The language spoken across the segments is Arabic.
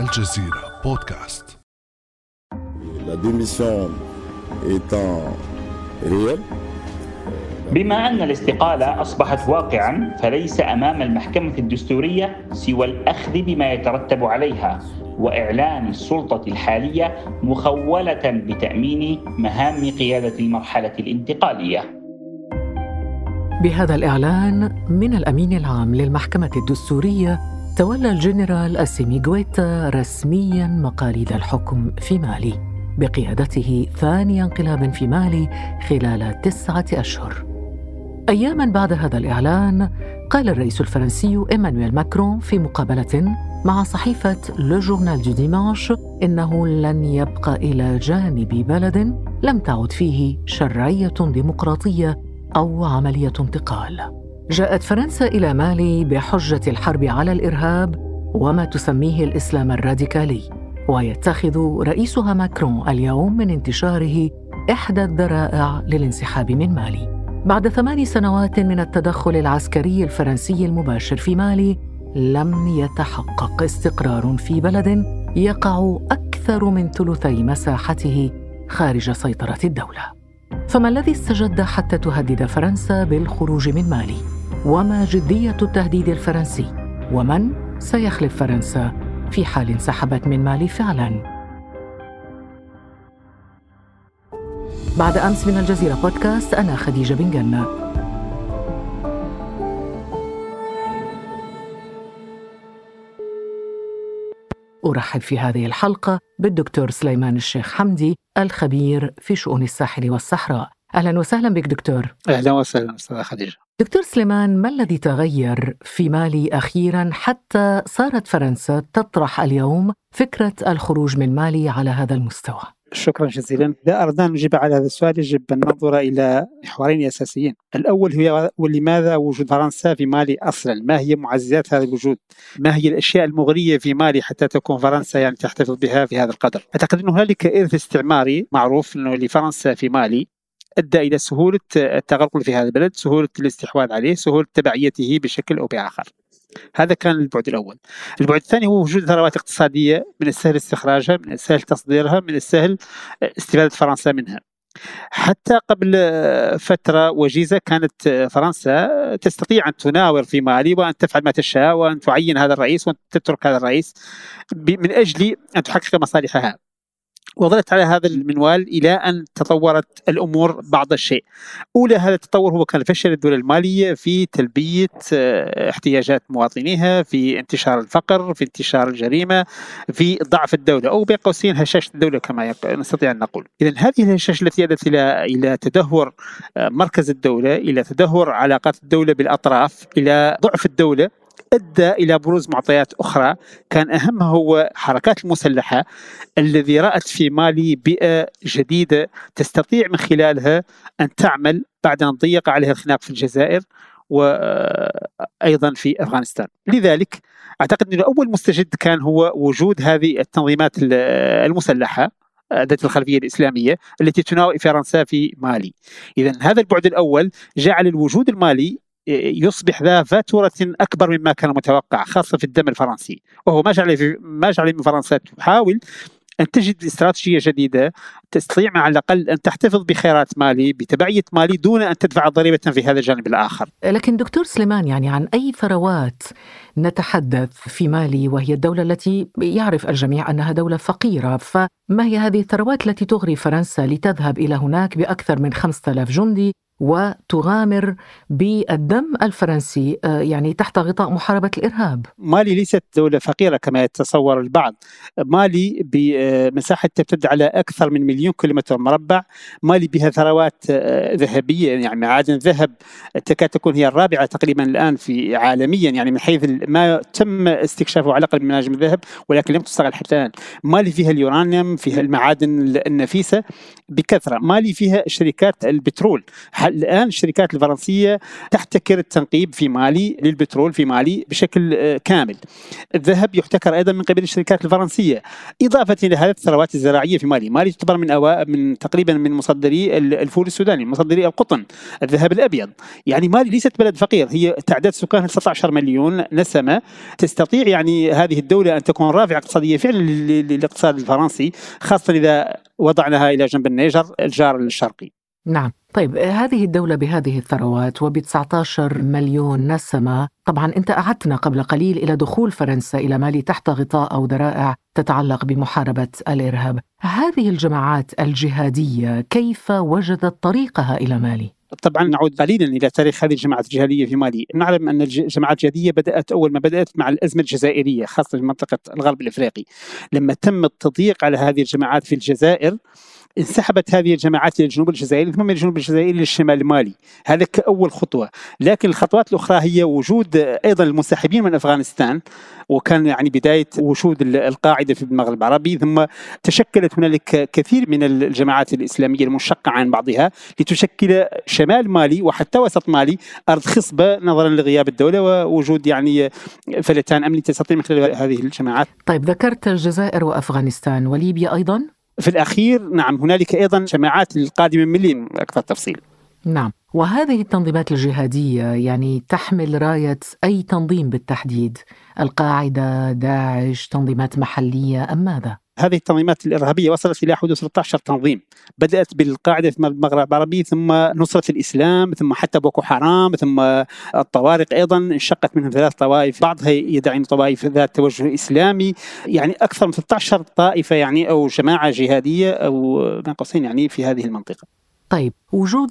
الجزيرة بودكاست. La démission étant réelle. بما أن الاستقالة أصبحت واقعاً، فليس أمام المحكمة الدستورية سوى الأخذ بما يترتب عليها وإعلان السلطة الحالية مخولة بتأمين مهام قيادة المرحلة الانتقالية. بهذا الإعلان من الأمين العام للمحكمة الدستورية، تولى الجنرال أسيمي غويتا رسمياً مقاليد الحكم في مالي بقيادته ثاني انقلاب في مالي خلال 9 أشهر. أياماً بعد هذا الإعلان، قال الرئيس الفرنسي إيمانويل ماكرون في مقابلة مع صحيفة لو جورنال دو ديمانش إنه لن يبقى إلى جانب بلد لم تعد فيه شرعية ديمقراطية أو عملية انتقال. جاءت فرنسا إلى مالي بحجة الحرب على الإرهاب وما تسميه الإسلام الراديكالي، ويتخذ رئيسها ماكرون اليوم من انتشاره إحدى الذرائع للانسحاب من مالي. بعد 8 سنوات من التدخل العسكري الفرنسي المباشر في مالي، لم يتحقق استقرار في بلد يقع أكثر من ثلثي مساحته خارج سيطرة الدولة. فما الذي استجد حتى تهدد فرنسا بالخروج من مالي؟ وما جدية التهديد الفرنسي؟ ومن سيخلف فرنسا في حال انسحبت من مالي فعلاً؟ بعد أمس من الجزيرة بودكاست، أنا خديجة بن جنة. أرحب في هذه الحلقة بالدكتور سليمان الشيخ حمدي، الخبير في شؤون الساحل والصحراء. أهلا وسهلا بك دكتور. أهلا وسهلا أستاذ خديجة. دكتور سليمان، ما الذي تغير في مالي أخيرا حتى صارت فرنسا تطرح اليوم فكرة الخروج من مالي على هذا المستوى؟ شكرا جزيلا. إذا أردنا أن نجيب على هذا السؤال يجب أن ننظر إلى محورين أساسيين. الأول هو لماذا وجود فرنسا في مالي أصلا؟ ما هي معززات هذا الوجود؟ ما هي الأشياء المغرية في مالي حتى تكون فرنسا يعني تحتفظ بها في هذا القدر؟ أعتقد أن هنالك إرث استعماري معروف أنه لفرنسا في مالي أدى إلى سهولة التغلغل في هذا البلد، سهولة الاستحواذ عليه، سهولة تبعيته بشكل أو بآخر. هذا كان البعد الأول. البعد الثاني هو وجود ثروات اقتصادية من السهل استخراجها، من السهل تصديرها، من السهل استفادة فرنسا منها. حتى قبل فترة وجيزة كانت فرنسا تستطيع أن تناور في مالي وأن تفعل ما تشاء وأن تعين هذا الرئيس وأن تترك هذا الرئيس من أجل أن تحقق مصالحها، وظلت على هذا المنوال إلى أن تطورت الأمور بعض الشيء. أولى هذا التطور هو كان فشل الدولة المالية في تلبية احتياجات مواطنيها، في انتشار الفقر، في انتشار الجريمة، في ضعف الدولة أو بين قوسين هشاشة الدولة كما نستطيع أن نقول. إذن هذه الهشاشة التي أدت إلى تدهور مركز الدولة، إلى تدهور علاقات الدولة بالأطراف، إلى ضعف الدولة، أدى إلى بروز معطيات أخرى كان أهمها هو حركات المسلحة الذي رأت في مالي بيئة جديدة تستطيع من خلالها أن تعمل بعد أن ضيق عليها الخناق في الجزائر وأيضا في أفغانستان. لذلك أعتقد أن أول مستجد كان هو وجود هذه التنظيمات المسلحة ذات الخلفية الإسلامية التي تناوئ فرنسا في مالي. إذن هذا البعد الأول جعل الوجود المالي يصبح ذا فاتورة أكبر مما كان متوقع، خاصة في الدم الفرنسي، وهو ما جعل من فرنسا تحاول أن تجد استراتيجية جديدة تستطيع على الأقل أن تحتفظ بخيرات مالي، بتبعية مالي، دون أن تدفع ضريبة في هذا الجانب الآخر. لكن دكتور سليمان، يعني عن أي ثروات نتحدث في مالي وهي الدولة التي يعرف الجميع أنها دولة فقيرة؟ فما هي هذه الثروات التي تغري فرنسا لتذهب إلى هناك بأكثر من 5000 جندي وتغامر بالدم الفرنسي يعني تحت غطاء محاربة الإرهاب؟ مالي ليست دولة فقيرة كما يتصور البعض. مالي بمساحة تمتد على أكثر من 1,000,000 كيلومتر مربع. مالي بها ثروات ذهبية، يعني معادن ذهب تكاد تكون هي الرابعة تقريبا الآن في عالميا، يعني من حيث ما تم استكشافه على الأقل من مناجم الذهب، ولكن لم تستغل حتى الآن. مالي فيها اليورانيوم، فيها المعادن النفيسة بكثرة. مالي فيها شركات البترول، الآن الشركات الفرنسية تحتكر التنقيب في مالي للبترول في مالي بشكل كامل. الذهب يحتكر أيضا من قبل الشركات الفرنسية، إضافة إلى هذه الثروات الزراعية في مالي. مالي تعتبر من تقريبا من مصدري الفول السوداني، مصدري القطن، الذهب الأبيض. يعني مالي ليست بلد فقير، هي تعداد سكانها 19 مليون نسمة. تستطيع يعني هذه الدولة أن تكون رافعة اقتصادية فعلا للاقتصاد الفرنسي، خاصة إذا وضعناها إلى جنب النيجر الجار الشرقي. نعم. طيب هذه الدولة بهذه الثروات وب19 مليون نسمة، طبعا أنت أعدتنا قبل قليل إلى دخول فرنسا إلى مالي تحت غطاء أو ذرائع تتعلق بمحاربة الإرهاب. هذه الجماعات الجهادية كيف وجدت طريقها إلى مالي؟ طبعا نعود قليلا إلى تاريخ هذه الجماعات الجهادية في مالي. نعلم أن الجماعات الجهادية بدأت أول ما بدأت مع الأزمة الجزائرية، خاصة في منطقة الغرب الإفريقي. لما تم التضييق على هذه الجماعات في الجزائر، انسحبت هذه الجماعات إلى الجنوب الجزائري، ثم من الجنوب الجزائري للشمال المالي. هذا كأول خطوة. لكن الخطوات الأخرى هي وجود أيضا المنسحبين من أفغانستان، وكان يعني بداية وجود القاعدة في المغرب العربي، ثم تشكلت هنالك كثير من الجماعات الإسلامية المنشقة عن بعضها لتشكل شمال مالي وحتى وسط مالي أرض خصبة نظرا لغياب الدولة ووجود يعني فلتان أمني تستطيع من خلال هذه الجماعات. طيب ذكرت الجزائر وأفغانستان وليبيا أيضا؟ في الأخير نعم، هنالك أيضا جماعات القادمة من ليبيا أكثر تفصيل. نعم. وهذه التنظيمات الجهادية يعني تحمل راية أي تنظيم بالتحديد؟ القاعدة، داعش، تنظيمات محلية أم ماذا؟ هذه التنظيمات الإرهابية وصلت إلى حدود 13 تنظيم. بدأت بالقاعدة في المغرب العربي، ثم نصرة الإسلام، ثم حتى بوكو حرام، ثم الطوارق أيضا انشقت منهم 3 طوائف، بعضها يدعي طوائف ذات توجه إسلامي. يعني أكثر من 13 طائفة يعني أو جماعة جهادية أو بين قوسين يعني في هذه المنطقة. طيب وجود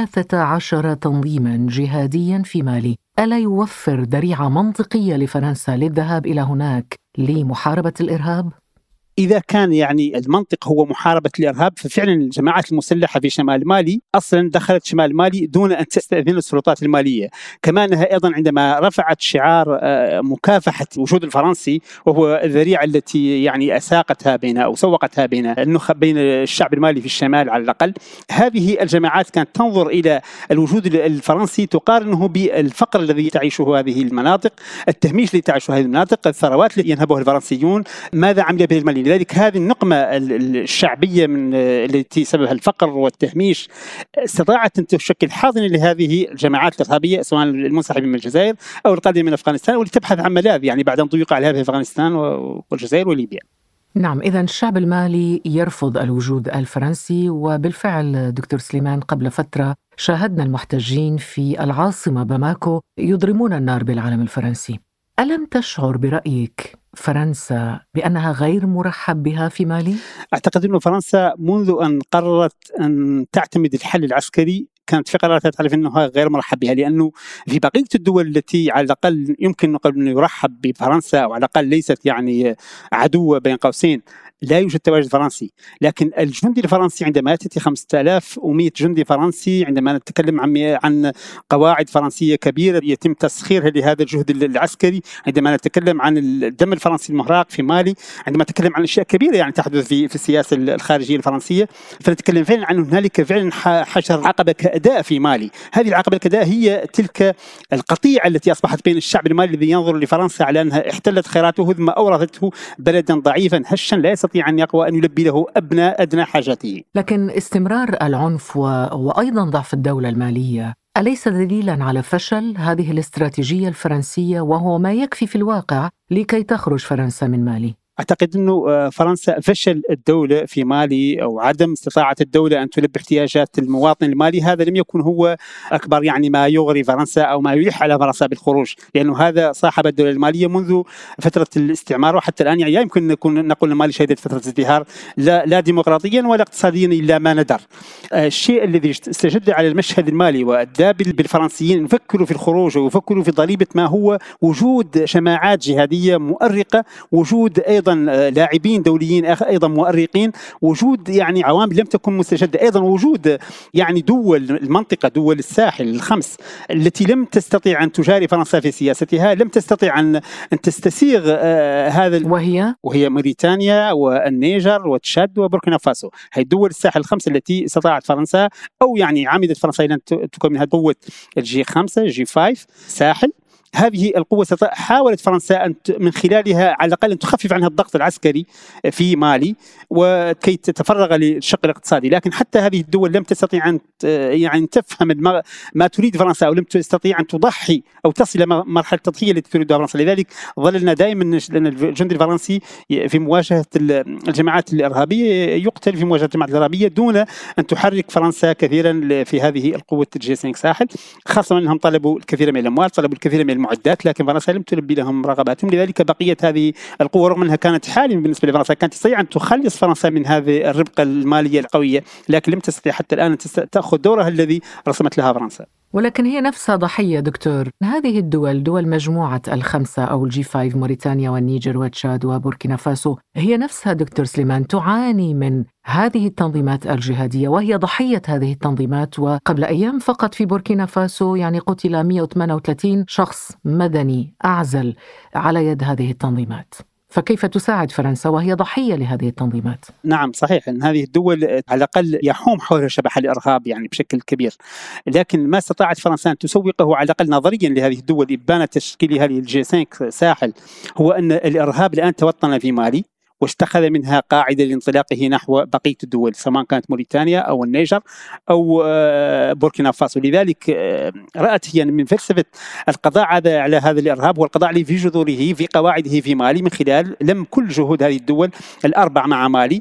13 تنظيما جهاديا في مالي ألا يوفر ذريعة منطقية لفرنسا للذهاب إلى هناك لمحاربة الإرهاب؟ إذا كان يعني المنطق هو محاربة الإرهاب، ففعلا الجماعات المسلحة في شمال مالي أصلا دخلت شمال مالي دون أن تستأذن السلطات المالية. كما أنها أيضا عندما رفعت شعار مكافحة وجود الفرنسي، وهو الذريعة التي يعني أساقتها بين أو سوقتها بين النخب بين الشعب المالي في الشمال على الأقل، هذه الجماعات كانت تنظر إلى الوجود الفرنسي تقارنه بالفقر الذي تعيشه هذه المناطق، التهميش الذي تعيشه هذه المناطق، الثروات التي ينهبها الفرنسيون، ماذا عمل به المالي. لذلك هذه النقمة الشعبية من التي سببها الفقر والتهميش استطاعت أن تشكل حاضنة لهذه الجماعات الإرهابية، سواء المنسحبين من الجزائر أو القادمين من أفغانستان، والتي تبحث عن ملاذ يعني بعد أن ضيق عليها في أفغانستان والجزائر وليبيا. نعم. إذن الشعب المالي يرفض الوجود الفرنسي، وبالفعل دكتور سليمان قبل فترة شاهدنا المحتجين في العاصمة باماكو يضرمون النار بالعلم الفرنسي. ألم تشعر برأيك فرنسا بأنها غير مرحب بها في مالي؟ أعتقد أن فرنسا منذ أن قررت أن تعتمد الحل العسكري كانت في قراراتها تعرف أنها غير مرحب بها، لأنه في بقية الدول التي على الأقل يمكن نقول أنه يرحب بفرنسا أو على الأقل ليست يعني عدوة بين قوسين، لا يوجد تواجد فرنسي. لكن الجندي الفرنسي عندما تأتي 5100 جندي فرنسي، عندما نتكلم عن قواعد فرنسية كبيرة يتم تسخيرها لهذا الجهد العسكري، عندما نتكلم عن الدم الفرنسي المهراق في مالي، عندما نتكلم عن أشياء كبيرة يعني تحدث في السياسة الخارجية الفرنسية، فنتكلم فعلا عن هنالك فعلا حشر عقبة كأداء في مالي. هذه العقبة كأداء هي تلك القطيعة التي أصبحت بين الشعب المالي الذي ينظر لفرنسا على أنها احتلت خيراته ثم أورثته بلدا ضعيفا هشا لا يستطيع أن يقوى أن يلبي له أدنى حاجاته. لكن استمرار العنف وأيضا ضعف الدولة المالية أليس دليلا على فشل هذه الاستراتيجية الفرنسية، وهو ما يكفي في الواقع لكي تخرج فرنسا من مالي؟ أعتقد أنه فرنسا فشل الدولة في مالي أو عدم استطاعة الدولة أن تلبي احتياجات المواطن المالي، هذا لم يكن هو أكبر يعني ما يغري فرنسا أو ما يلح على فرنسا بالخروج، لأنه هذا صاحب الدولة المالية منذ فترة الاستعمار وحتى الآن. يعني يمكن نقول المالي شهدت فترة ازدهار لا ديمقراطيا ولا اقتصاديا إلا ما ندر. الشيء الذي استجد على المشهد المالي وأدى بالفرنسيين يفكروا في الخروج ويفكروا في ضريبة ما هو وجود جماعات جهادية مؤرقة، وجود أيضا أيضا لاعبين دوليين أيضا مؤرقين، وجود يعني عوامل لم تكن مستجدة، أيضا وجود يعني دول المنطقة، دول الساحل الخمس التي لم تستطيع أن تجاري فرنسا في سياستها، لم تستطيع أن تستسيغ هذا، وهي موريتانيا والنيجر وتشاد وبوركينا فاسو. هي دول الساحل الخمس التي استطاعت فرنسا، أو يعني عمدت فرنسا إلى أن تكون منها قوة الجي 5 جي 5 ساحل. هذه القوة حاولت فرنسا أن من خلالها على الأقل أن تخفف عنها الضغط العسكري في مالي وكي تتفرغ للشق الاقتصادي، لكن حتى هذه الدول لم تستطيع أن يعني تفهم ما تريد فرنسا، أو لم تستطيع أن تضحي أو تصل إلى مرحلة التضحية التي تريدها فرنسا. لذلك ظللنا دائما لأن الجندي الفرنسي في مواجهة الجماعات الإرهابية يقتل في مواجهة الجماعات الإرهابية دون أن تحرك فرنسا كثيرا في هذه القوة الجي 5 ساحل، خاصة أنهم طلبوا الكثير من الأموال، طلبوا الكثير من المعدات، لكن فرنسا لم تلبي لهم رغباتهم. لذلك بقيت هذه القوة رغم أنها كانت حالمة بالنسبة لفرنسا، كانت تستطيع أن تخلص فرنسا من هذه الربقة المالية القوية، لكن لم تستطيع حتى الآن أن تأخذ دورها الذي رسمت لها فرنسا. ولكن هي نفسها ضحية دكتور. هذه الدول، دول مجموعة الخمسة أو الجي 5، موريتانيا والنيجر وتشاد وبوركينا فاسو، هي نفسها دكتور سليمان تعاني من هذه التنظيمات الجهادية وهي ضحية هذه التنظيمات. وقبل أيام فقط في بوركينا فاسو يعني قتل 138 شخص مدني أعزل على يد هذه التنظيمات. فكيف تساعد فرنسا وهي ضحية لهذه التنظيمات؟ نعم صحيح أن هذه الدول على الأقل يحوم حولها شبح الإرهاب يعني بشكل كبير، لكن ما استطاعت فرنسا أن تسوقه على الأقل نظريا لهذه الدول إبانة تشكيلها للجي 5 ساحل، هو أن الإرهاب الآن توطن في مالي واتخذ منها قاعدة لانطلاقه نحو بقية الدول سواء كانت موريتانيا أو النيجر أو بوركينا فاسو. لذلك رأت هي من فلسفة القضاء على هذا الإرهاب والقضاء عليه في جذوره في قواعده في مالي من خلال لم كل جهود هذه الدول الأربع مع مالي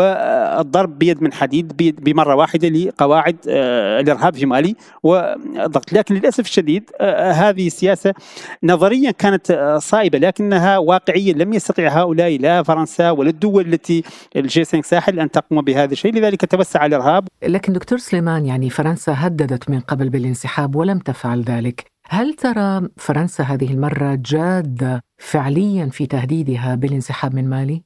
والضرب بيد من حديد بمرة واحدة لقواعد الإرهاب في مالي والضغط. لكن للأسف الشديد هذه السياسة نظريا كانت صائبة، لكنها واقعيا لم يستطيع هؤلاء لا فرنسا ولا الدول التي الجي 5 ساحل أن تقوم بهذا الشيء، لذلك توسع الإرهاب. لكن دكتور سليمان يعني فرنسا هددت من قبل بالانسحاب ولم تفعل ذلك. هل ترى فرنسا هذه المرة جادة فعليا في تهديدها بالانسحاب من مالي؟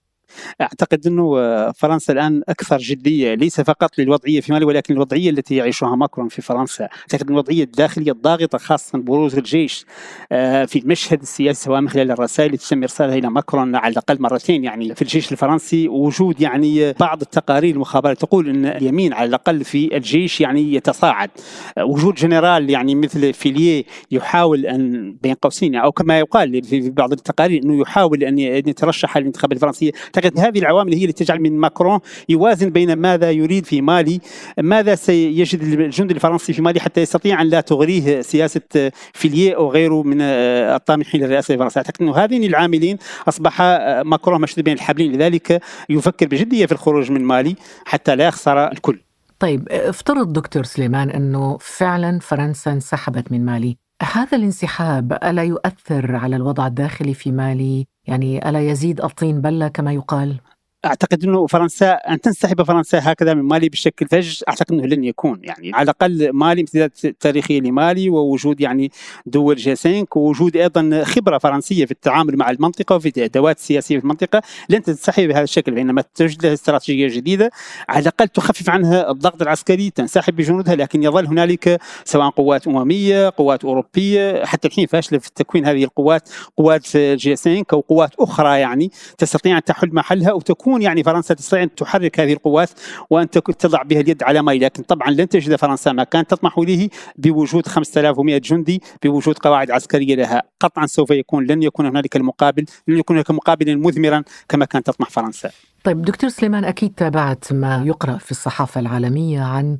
أعتقد أنه فرنسا الآن أكثر جدية ليس فقط للوضعية في مالي ولكن الوضعية التي يعيشها ماكرون في فرنسا. أعتقد الوضعية الداخلية الضاغطة خاصة بروز الجيش في المشهد السياسي سواء من خلال الرسائل التي تم إرسالها إلى ماكرون على الأقل مرتين يعني في الجيش الفرنسي، وجود يعني بعض التقارير المخابرات تقول أن اليمين على الأقل في الجيش يعني يتصاعد، وجود جنرال يعني مثل فيليه يحاول أن بين قوسين أو كما يقال في بعض التقارير أنه يحاول أن يترشح للانتخابات الفرنسية. هذه العوامل هي التي تجعل من ماكرون يوازن بين ماذا يريد في مالي، ماذا سيجد الجندي الفرنسي في مالي حتى يستطيع أن لا تغريه سياسة فيليه أو غيره من الطامحين للرئاسة الفرنسية. أعتقد أن هذين العاملين أصبح ماكرون مشدود بين الحبلين، لذلك يفكر بجدية في الخروج من مالي حتى لا يخسر الكل. طيب افترض دكتور سليمان أنه فعلا فرنسا انسحبت من مالي، هذا الانسحاب ألا يؤثر على الوضع الداخلي في مالي؟ يعني ألا يزيد الطين بلة كما يقال؟ أعتقد أنه فرنسا أن تنسحب فرنسا هكذا من مالي بشكل فج أعتقد أنه لن يكون، يعني على الأقل مالي امتداد تاريخي لمالي ووجود يعني دول جي 5 ووجود أيضا خبرة فرنسية في التعامل مع المنطقة وفي الأدوات السياسية في المنطقة لن تنسحب بهذا الشكل، بينما توجد لها استراتيجية جديدة على الأقل تخفف عنها الضغط العسكري، تنسحب بجنودها، لكن يظل هنالك سواء قوات أممية قوات أوروبية حتى الحين فاشلة في تكوين هذه القوات، قوات جي 5 أو قوات أخرى يعني تستطيع أن تحل محلها وتكون يعني فرنسا تستطيع أن تحرك هذه القوات وأن تضع بها اليد على مالي. لكن طبعا لن تجد فرنسا ما كانت تطمح إليه بوجود 5100 جندي، بوجود قواعد عسكرية لها. قطعا سوف لن يكون هنالك المقابل، لن يكون هنالك مقابلا مثمرا كما كانت تطمح فرنسا. طيب دكتور سليمان، أكيد تابعت ما يقرأ في الصحافة العالمية عن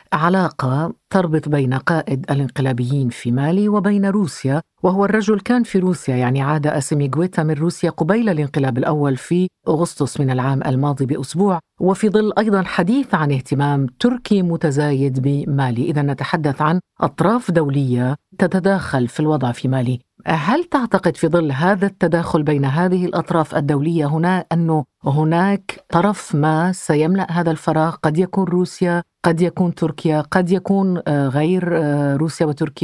علاقة تربط بين قائد الانقلابيين في مالي وبين روسيا، وهو الرجل كان في روسيا، يعني عاد أسيمي غويتا من روسيا قبيل الانقلاب الأول في أغسطس من العام الماضي بأسبوع، وفي ظل أيضا حديث عن اهتمام تركي متزايد بمالي. إذا نتحدث عن أطراف دولية تتداخل في الوضع في مالي. هل تعتقد في ظل هذا التداخل بين هذه الأطراف الدولية هنا أنه هناك طرف ما سيملأ هذا الفراغ؟ قد يكون روسيا، قد يكون تركيا، قد يكون غير روسيا وتركيا.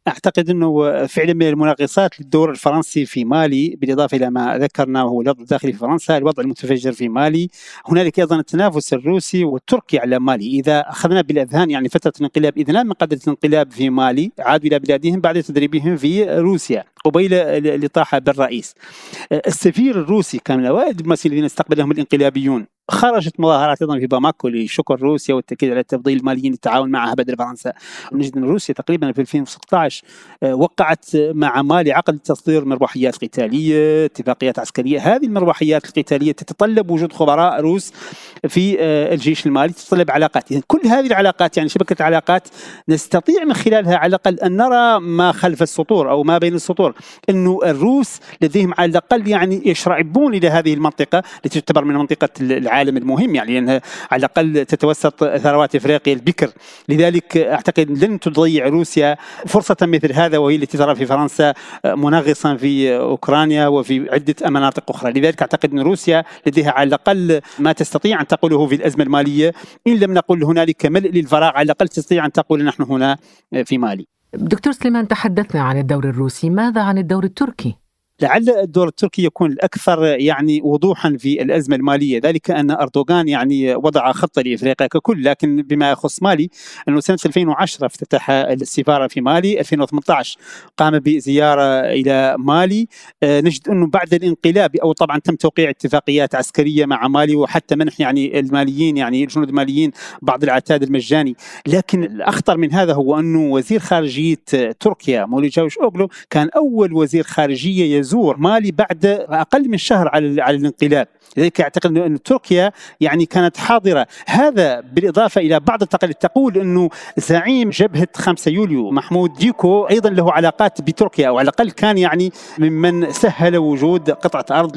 أعتقد أنه فعلا من المناقصات للدور الفرنسي في مالي، بالإضافة إلى ما ذكرنا وهو الوضع الداخلي في فرنسا، الوضع المتفجر في مالي، هنالك أيضا التنافس الروسي والتركي على مالي. إذا أخذنا بالأذهان يعني فترة الانقلاب، إذ نام من قدرة الانقلاب في مالي عادوا إلى بلادهم بعد تدريبهم في روسيا قبيل الإطاحة بالرئيس. السفير الروسي كان من أوائل الدبلوماسيين الذين استقبلهم الانقلابيون. خرجت مظاهرات أيضا في باماكو لشكر روسيا والتأكيد على تفضيل الماليين للتعاون معها بدل فرنسا. نجد أن روسيا تقريبا في 2016 وقعت مع مالي عقد تصدير مروحيات قتالية، اتفاقيات عسكرية. هذه المروحيات القتالية تتطلب وجود خبراء روس في الجيش المالي، تتطلب علاقات. يعني كل هذه العلاقات يعني شبكة علاقات نستطيع من خلالها على الأقل أن نرى ما خلف السطور أو ما بين السطور، أنه الروس لديهم على الأقل يعني يشرعبون إلى هذه المنطقة التي تعتبر من منطقة العالم المهم، يعني لأنها على الأقل تتوسط ثروات إفريقيا البكر. لذلك أعتقد لن تضيع روسيا فرصة مثل هذا، وهي التي ترى في فرنسا منغصا في أوكرانيا وفي عدة مناطق أخرى. لذلك أعتقد أن روسيا لديها على الأقل ما تستطيع أن تقوله في الأزمة المالية، إن لم نقل هنالك ملء للفراغ على الأقل تستطيع أن تقول نحن هنا في مالي. دكتور سليمان، تحدثنا عن الدور الروسي، ماذا عن الدور التركي؟ لعل الدور التركي يكون الأكثر يعني وضوحا في الأزمة المالية، ذلك أن أردوغان يعني وضع خطة لإفريقيا ككل، لكن بما يخص مالي أنه سنة 2010 افتتح السفارة في مالي، 2018 قام بزيارة إلى مالي. نجد أنه بعد الانقلاب أو طبعا تم توقيع اتفاقيات عسكرية مع مالي وحتى منح يعني الماليين يعني الجنود الماليين بعض العتاد المجاني. لكن الأخطر من هذا هو أنه وزير خارجية تركيا مولود چاوشوغلو كان أول وزير خارجية يزور مالي بعد أقل من شهر على الانقلاب. لذلك أعتقد أن تركيا يعني كانت حاضرة. هذا بالإضافة إلى بعض التقارير تقول أنه زعيم جبهة 5 يوليو محمود ديكو أيضا له علاقات بتركيا، أو على الأقل كان يعني ممن سهل وجود قطعة أرض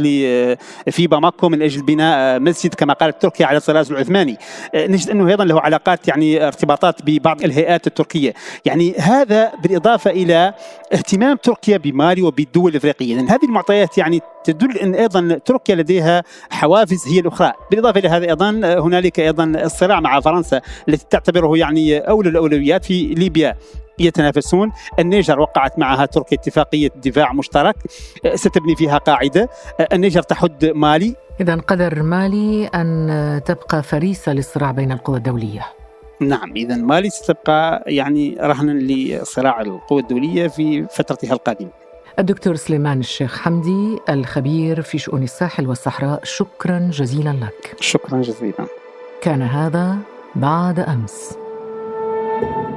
في باماكو من أجل بناء مسجد كما قالت تركيا على الطراز العثماني. نجد أنه أيضا له علاقات يعني ارتباطات ببعض الهيئات التركية. يعني هذا بالإضافة إلى اهتمام تركيا بمالي وبالدول الإفريقية. هذه المعطيات يعني تدل أن أيضا تركيا لديها حوافز هي الأخرى. بالإضافة إلى هذا أيضا هنالك أيضا الصراع مع فرنسا التي تعتبره يعني أولى الأولويات. في ليبيا يتنافسون، النيجر وقعت معها تركيا اتفاقية دفاع مشترك ستبني فيها قاعدة، النيجر تحد مالي. إذن قدر مالي أن تبقى فريسة للصراع بين القوى الدولية. نعم، إذن مالي ستبقى يعني رهنا لصراع القوى الدولية في فترتها القادمة. الدكتور سليمان الشيخ حمدي الخبير في شؤون الساحل والصحراء، شكرا جزيلا لك. شكرا جزيلا. كان هذا بعد أمس.